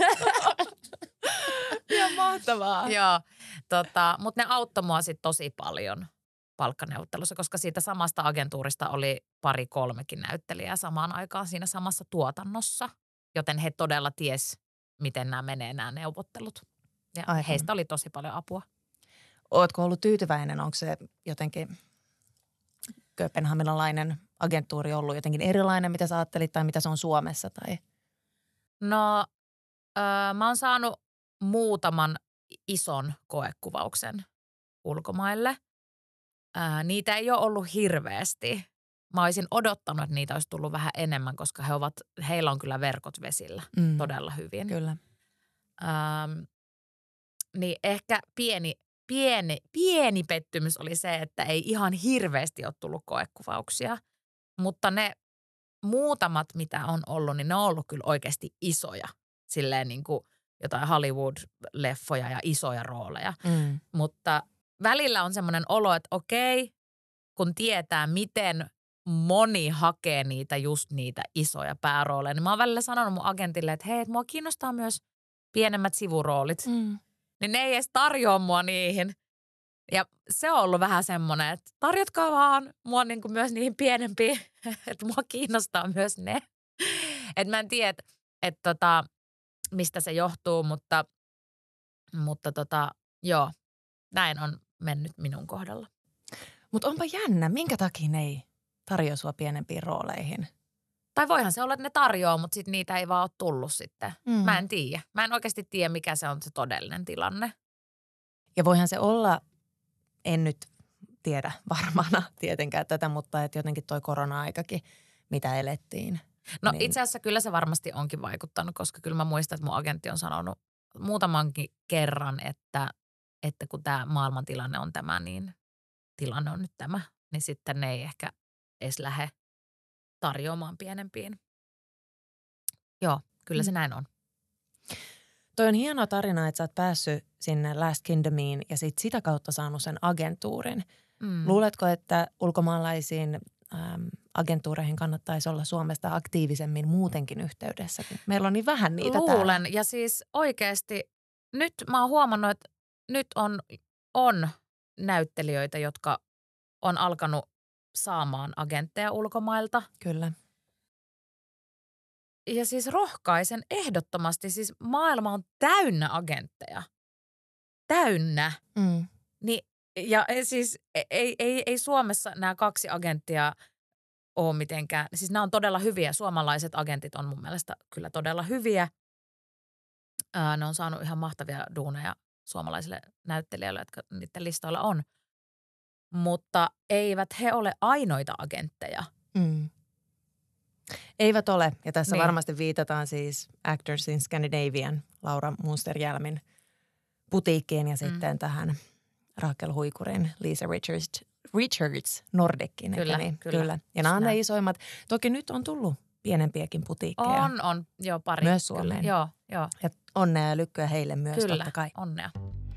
Ihan mahtavaa. Joo, mutta ne auttoi mua sitten tosi paljon palkkaneuvottelussa, koska siitä samasta agentuurista oli 2-3 näyttelijää samaan aikaan siinä samassa tuotannossa. Joten he todella ties, miten nämä neuvottelut. Ja aivan. Heistä oli tosi paljon apua. Ootko ollut tyytyväinen? Onko se jotenkin kööpenhaminalainen agenttuuri ollut jotenkin erilainen, mitä sä ajattelit, tai mitä se on Suomessa? Tai? No, mä oon saanut muutaman ison koekuvauksen ulkomaille. Niitä ei ole ollut hirveästi. Mä olisin odottanut, että niitä olisi tullut vähän enemmän, koska heillä on kyllä verkot vesillä todella hyvin. Kyllä. Niin ehkä pieni pettymys oli se, että ei ihan hirveästi ole tullut koekuvauksia. Mutta ne muutamat, mitä on ollut, niin ne on ollut kyllä oikeasti isoja. Silleen niin kuin jotain Hollywood-leffoja ja isoja rooleja. Mutta välillä on semmoinen olo, että okei, kun tietää, miten moni hakee just niitä isoja päärooleja, niin mä oon välillä sanonut mun agentille, että hei, että mua kiinnostaa myös pienemmät sivuroolit. Niin ne ei edes tarjoa mua niihin. Ja se on ollut vähän semmoinen, että tarjotkaa vaan mua niin kuin myös niihin pienempiin, että mua kiinnostaa myös ne. Että mä en tiedä, että mistä se johtuu, mutta joo, näin on mennyt minun kohdalla. Mutta onpa jännä, minkä takia ne ei tarjoa sua pienempiin rooleihin? Tai voihan se olla, että ne tarjoaa, mutta sitten niitä ei vaan ole tullut sitten. Mä en tiedä. Mä en oikeasti tiedä, mikä se on se todellinen tilanne. Ja voihan se olla, en nyt tiedä varmana tietenkään tätä, mutta että jotenkin toi korona-aikakin, mitä elettiin. No niin. Itse asiassa kyllä se varmasti onkin vaikuttanut, koska kyllä mä muistan, että mun agentti on sanonut muutamankin kerran, että kun tämä maailmantilanne on tämä, niin tilanne on nyt tämä. Niin sitten ne ei ehkä edes lähde tarjoamaan pienempiin. Joo, kyllä se näin on. Toi on hieno tarina, että sä oot päässyt sinne Last Kingdomiin ja sit sitä kautta saanut sen agentuurin. Luuletko, että ulkomaalaisiin agentuureihin kannattaisi olla Suomesta aktiivisemmin muutenkin yhteydessä, kun meillä on niin vähän niitä täällä? Luulen. Ja siis oikeasti nyt mä oon huomannut, että nyt on näyttelijöitä, jotka on alkanut saamaan agentteja ulkomailta. Kyllä. Ja siis rohkaisen ehdottomasti, siis maailma on täynnä agentteja. Täynnä. Niin, ja siis ei Suomessa nämä 2 agenttia ole mitenkään, siis nämä on todella hyviä. Suomalaiset agentit on mun mielestä kyllä todella hyviä. Ne on saanut ihan mahtavia duuneja suomalaisille näyttelijöille, jotka niiden listoilla on. Mutta eivät he ole ainoita agentteja. Mm. Eivät ole. Ja tässä Niin. varmasti viitataan siis Actors in Scandinavian, Laura Munsterjälmin putiikkiin ja sitten tähän Rachel Huikurin, Lisa Richards Nordickin. Kyllä. Ja nämä on ne isoimmat. Toki nyt on tullut pienempiäkin putiikkeja. On. Joo, pari. Myös Suomeen. Joo. Ja onnea ja lykkyä heille myös, totta kai. Kyllä, onnea.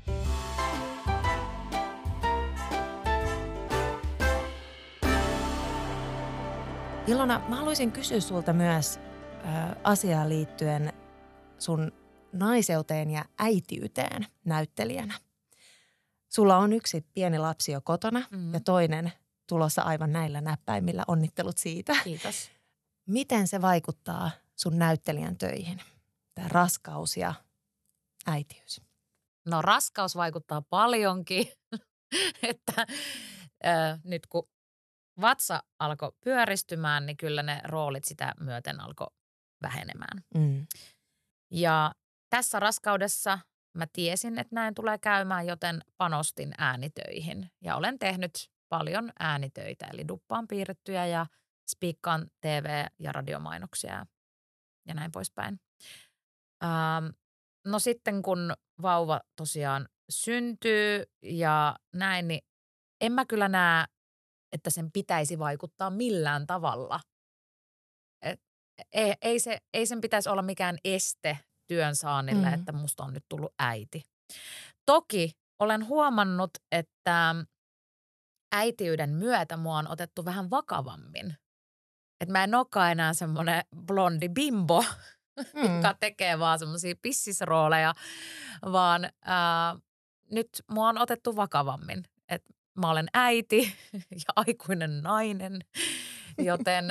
Ilona, mä haluaisin kysyä sulta myös asiaan liittyen sun naiseuteen ja äitiyteen näyttelijänä. Sulla on yksi pieni lapsi jo kotona ja toinen tulossa aivan näillä näppäimillä. Onnittelut siitä. Kiitos. Miten se vaikuttaa sun näyttelijän töihin, tämä raskaus ja äitiys? No raskaus vaikuttaa paljonkin, että nyt kun vatsa alkoi pyöristymään, niin kyllä ne roolit sitä myöten alkoi vähenemään. Mm. Ja tässä raskaudessa mä tiesin, että näin tulee käymään, joten panostin äänitöihin. Ja olen tehnyt paljon äänitöitä, eli duppaan piirrettyjä ja spiikkaan TV- ja radiomainoksia ja näin poispäin. No sitten kun vauva tosiaan syntyy ja näin, niin en mä kyllä näe, että sen pitäisi vaikuttaa millään tavalla. Ei sen pitäisi olla mikään este työn saannille, että musta on nyt tullut äiti. Toki olen huomannut, että äitiyden myötä mua on otettu vähän vakavammin. Että mä en olekaan enää semmoinen blondi bimbo, joka tekee vaan semmoisia pissisrooleja, vaan nyt mua on otettu vakavammin. Että mä olen äiti ja aikuinen nainen, joten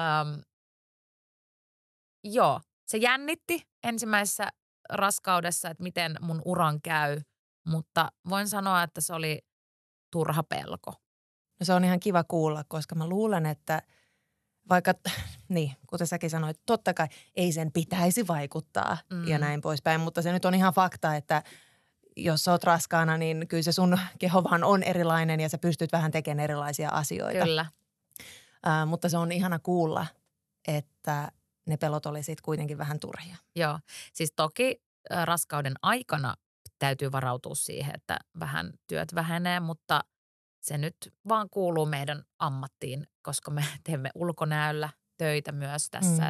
joo, se jännitti ensimmäisessä raskaudessa, että miten mun uran käy, mutta voin sanoa, että se oli turha pelko. No se on ihan kiva kuulla, koska mä luulen, että vaikka, niin, kuten säkin sanoit, totta kai ei sen pitäisi vaikuttaa ja näin poispäin, mutta se nyt on ihan fakta, että jos sä oot raskaana, niin kyllä se sun keho vaan on erilainen ja sä pystyt vähän tekemään erilaisia asioita. Kyllä. Mutta se on ihana kuulla, että ne pelot oli sitten kuitenkin vähän turhia. Joo, siis toki raskauden aikana täytyy varautua siihen, että vähän työt vähenee, mutta se nyt vaan kuuluu meidän ammattiin, koska me teemme ulkonäöllä töitä myös tässä,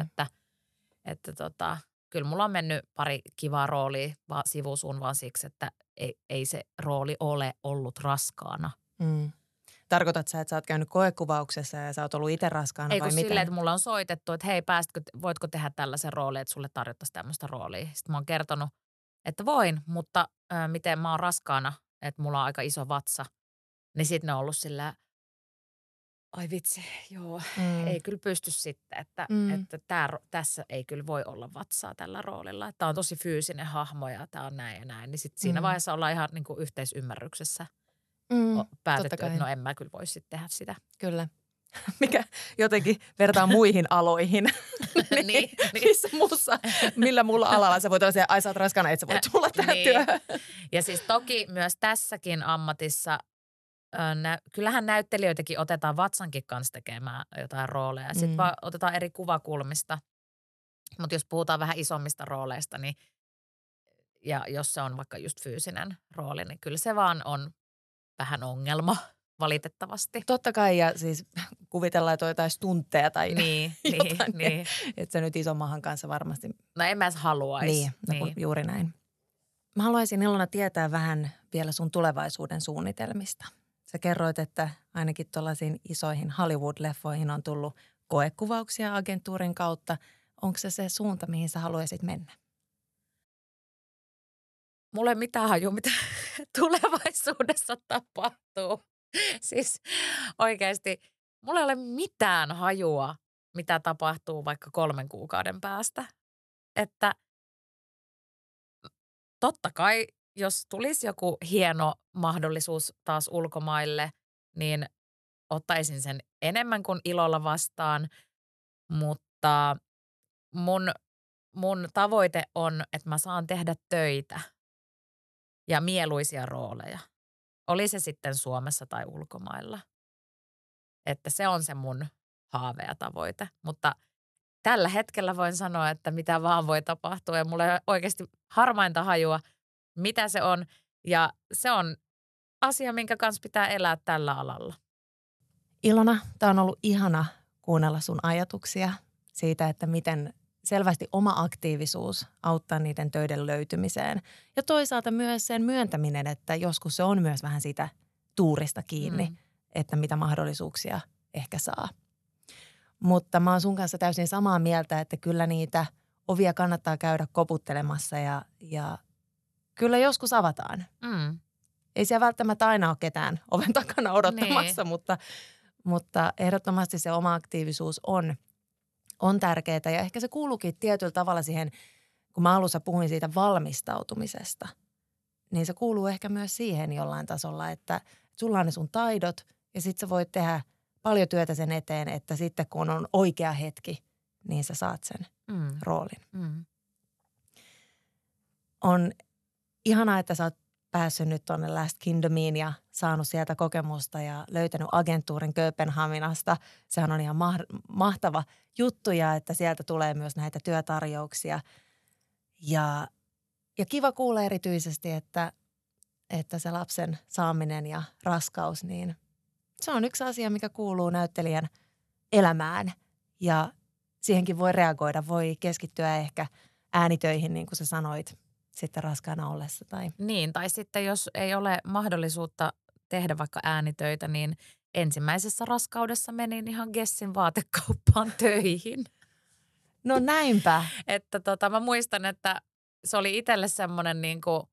että kyllä mulla on mennyt pari kivaa roolia sivusuun vaan siksi, että ei se rooli ole ollut raskaana. Tarkoitat sä, että sä oot käynyt koekuvauksessa ja sä oot ollut itse raskaana ei, vai miten? Silleen, että mulla on soitettu, että hei, voitko tehdä tällaisen roolin, että sulle tarjottaisiin tämmöistä roolia. Sitten mä oon kertonut, että voin, mutta miten mä oon raskaana, että mulla on aika iso vatsa. Niin sitten ne on ollut sillä, ai vitsi, joo, ei kyllä pysty sitten, että tässä ei kyllä voi olla vatsaa tällä roolilla. Tämä on tosi fyysinen hahmo ja tämä on näin ja näin. Niin sitten siinä vaiheessa ollaan ihan niin kuin yhteisymmärryksessä päätetty, että no en mä kyllä voisi sitten tehdä sitä. Kyllä. Mikä jotenkin vertaa muihin aloihin. niin. Missä muussa, millä muulla alalla sä voit olla se, ai sä oot raskana, et sä voit tulla tähän työhön. Ja siis toki myös tässäkin ammatissa, kyllähän näyttelijöitäkin otetaan vatsankin kanssa tekemään jotain rooleja. Sitten vaan otetaan eri kuvakulmista. Mutta jos puhutaan vähän isommista rooleista, niin ja jos se on vaikka just fyysinen rooli, niin kyllä se vaan on vähän ongelma. Valitettavasti. Totta kai, ja siis kuvitellaan, että on jotain stuntteja tai jotain. Niin. Että se nyt ison mahan kanssa varmasti. No en mä edes haluaisi. Niin. Juuri näin. Mä haluaisin Ilona tietää vähän vielä sun tulevaisuuden suunnitelmista. Sä kerroit, että ainakin tuollaisiin isoihin Hollywood-leffoihin on tullut koekuvauksia agentuurin kautta. Onko se suunta, mihin sä haluaisit mennä? Mulla ei mitään hajua, mitä tulevaisuudessa tapahtuu. Siis oikeasti mulla ei ole mitään hajua, mitä tapahtuu vaikka 3 kuukauden päästä. Että totta kai, jos tulisi joku hieno mahdollisuus taas ulkomaille, niin ottaisin sen enemmän kuin ilolla vastaan. Mutta mun tavoite on, että mä saan tehdä töitä ja mieluisia rooleja. Oli se sitten Suomessa tai ulkomailla. Että se on se mun haave ja tavoite. Mutta tällä hetkellä voin sanoa, että mitä vaan voi tapahtua ja mulla ei ole oikeasti harmainta hajua, mitä se on. Ja se on asia, minkä kanssa pitää elää tällä alalla. Ilona, tämä on ollut ihana kuunnella sun ajatuksia siitä, että miten selvästi oma aktiivisuus auttaa niiden töiden löytymiseen. Ja toisaalta myös sen myöntäminen, että joskus se on myös vähän siitä tuurista kiinni, että mitä mahdollisuuksia ehkä saa. Mutta mä oon sun kanssa täysin samaa mieltä, että kyllä niitä ovia kannattaa käydä koputtelemassa ja kyllä joskus avataan. Ei siellä välttämättä aina ole ketään oven takana odottamassa, mutta ehdottomasti se oma aktiivisuus on tärkeää. Ja ehkä se kuuluukin tietyllä tavalla siihen, kun mä alussa puhuin siitä valmistautumisesta, niin se kuuluu ehkä myös siihen jollain tasolla, että sulla on ne sun taidot ja sit sä voit tehdä paljon työtä sen eteen, että sitten kun on oikea hetki, niin sä saat sen roolin. On ihanaa, että sä oot päässyt nyt tuonne Last Kingdomiin ja saanut sieltä kokemusta ja löytänyt agentuurin Kööpenhaminasta. Sehän on ihan mahtava juttu ja että sieltä tulee myös näitä työtarjouksia. Ja kiva kuulla erityisesti, että se lapsen saaminen ja raskaus, niin se on yksi asia, mikä kuuluu näyttelijän elämään. Ja siihenkin voi reagoida, voi keskittyä ehkä äänitöihin, niin kuin sä sanoit, sitten raskaana ollessa. Tai sitten jos ei ole mahdollisuutta tehdä vaikka äänitöitä, niin ensimmäisessä raskaudessa menin ihan Gessin vaatekauppaan töihin. No näinpä. Että mä muistan, että se oli itselle semmoinen niinku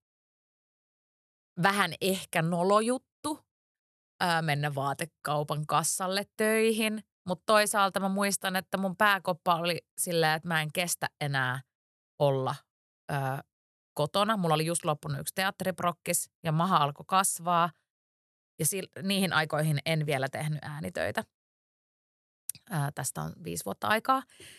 vähän ehkä nolojuttu mennä vaatekaupan kassalle töihin. Mutta toisaalta mä muistan, että mun pääkoppa oli silleen, että mä en kestä enää olla kotona. Mulla oli just loppunut yksi teatteriprokkis ja maha alkoi kasvaa. Ja niihin aikoihin en vielä tehnyt äänitöitä. Tästä on 5 vuotta aikaa.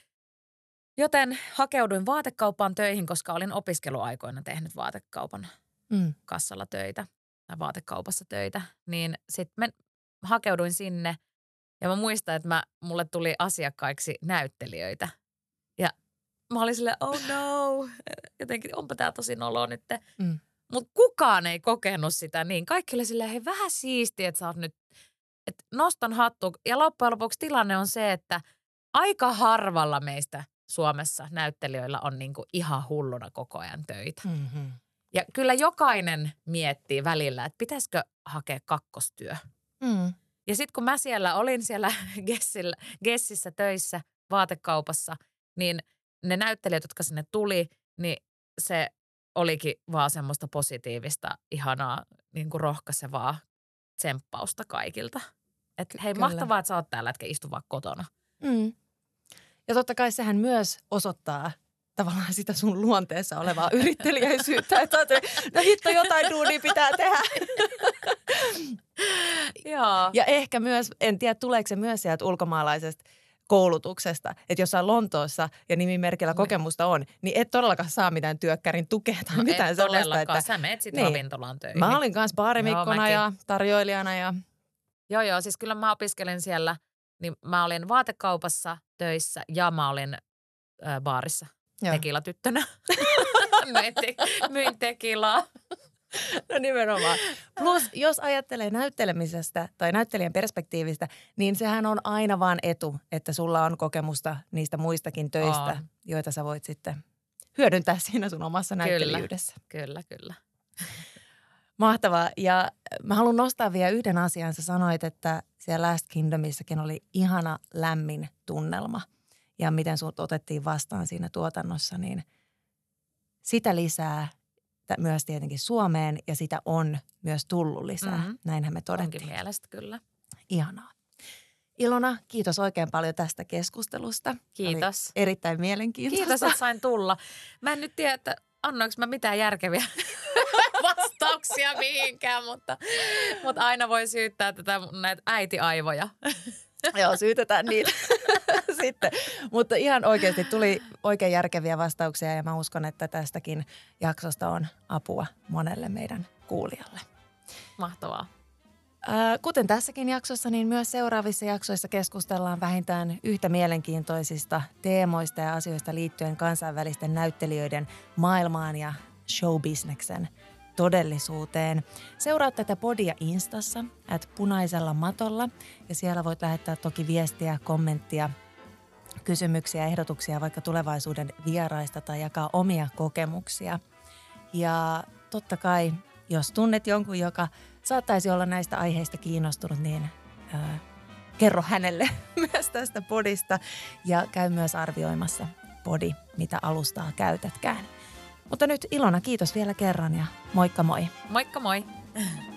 Joten hakeuduin vaatekauppaan töihin, koska olin opiskeluaikoina tehnyt vaatekaupan kassalla töitä tai vaatekaupassa töitä. Niin sitten hakeuduin sinne ja mä muistan, että mulle tuli asiakkaiksi näyttelijöitä. Ja mä olin silleen, oh no, jotenkin onpa tää tosi noloa nyt. Mutta kukaan ei kokenut sitä niin. Kaikki oli silleen, hei vähän siistiä, että sä oot nyt, että nostan hattua. Ja loppujen lopuksi tilanne on se, että aika harvalla meistä Suomessa näyttelijöillä on niinku ihan hulluna koko ajan töitä. Ja kyllä jokainen miettii välillä, että pitäisikö hakea kakkostyö. Ja sitten kun mä olin siellä Gessissä töissä vaatekaupassa, niin ne näyttelijät, jotka sinne tuli, niin se olikin vaan semmoista positiivista, ihanaa, niin kuin rohkaisevaa tsemppausta kaikilta. Että hei, mahtavaa, että sä oot täällä, etkä istu vaan kotona. Ja totta kai sehän myös osoittaa tavallaan sitä sun luonteessa olevaa yritteliäisyyttä. Että no hitto, jotain duunia pitää tehdä. Ja ehkä myös, en tiedä tuleeko se myös sieltä ulkomaalaisesta koulutuksesta, että jossain Lontoossa ja nimimerkillä kokemusta on, niin et todellakaan saa mitään työkkärin tukea tai mitään sellaista. Todellakaan, sä menet sitten ravintolaan töihin. Mä olin kanssa baarimikkona ja tarjoilijana. Joo, siis kyllä mä opiskelin siellä, niin mä olin vaatekaupassa töissä ja mä olin baarissa tekilatyttönä. Myin tekilaa. No nimenomaan. Plus, jos ajattelee näyttelemisestä tai näyttelijän perspektiivistä, niin sehän on aina vaan etu, että sulla on kokemusta niistä muistakin töistä, joita sä voit sitten hyödyntää siinä sun omassa näyttelijyydessä. Kyllä. Mahtavaa. Ja mä haluan nostaa vielä yhden asian. Sä sanoit, että siellä Last Kingdomissakin oli ihana lämmin tunnelma. Ja miten sut otettiin vastaan siinä tuotannossa, niin sitä lisää myös tietenkin Suomeen ja sitä on myös tullut lisää. Näinhän me todettiin. Onkin mielestä kyllä. Ihanaa. Ilona, kiitos oikein paljon tästä keskustelusta. Kiitos. Oli erittäin mielenkiintoista. Kiitos, että sain tulla. Mä en nyt tiedä, että annoinko mä mitään järkeviä vastauksia mihinkään, mutta aina voi syyttää näitä äitiaivoja. Joo, syytetään niitä. sitten. Mutta ihan oikeasti tuli oikein järkeviä vastauksia ja mä uskon, että tästäkin jaksosta on apua monelle meidän kuulijalle. Mahtavaa. Kuten tässäkin jaksossa, niin myös seuraavissa jaksoissa keskustellaan vähintään yhtä mielenkiintoisista teemoista ja asioista liittyen kansainvälisten näyttelijöiden maailmaan ja showbisneksen todellisuuteen. Seuraa tätä podia Instassa @punaisella matolla ja siellä voit lähettää toki viestiä, kommenttia, kysymyksiä, ehdotuksia vaikka tulevaisuuden vieraista tai jakaa omia kokemuksia. Ja totta kai, jos tunnet jonkun, joka saattaisi olla näistä aiheista kiinnostunut, niin kerro hänelle myös tästä podista ja käy myös arvioimassa podi, mitä alustaa käytätkään. Mutta nyt Ilona, kiitos vielä kerran ja moikka moi. Moikka moi.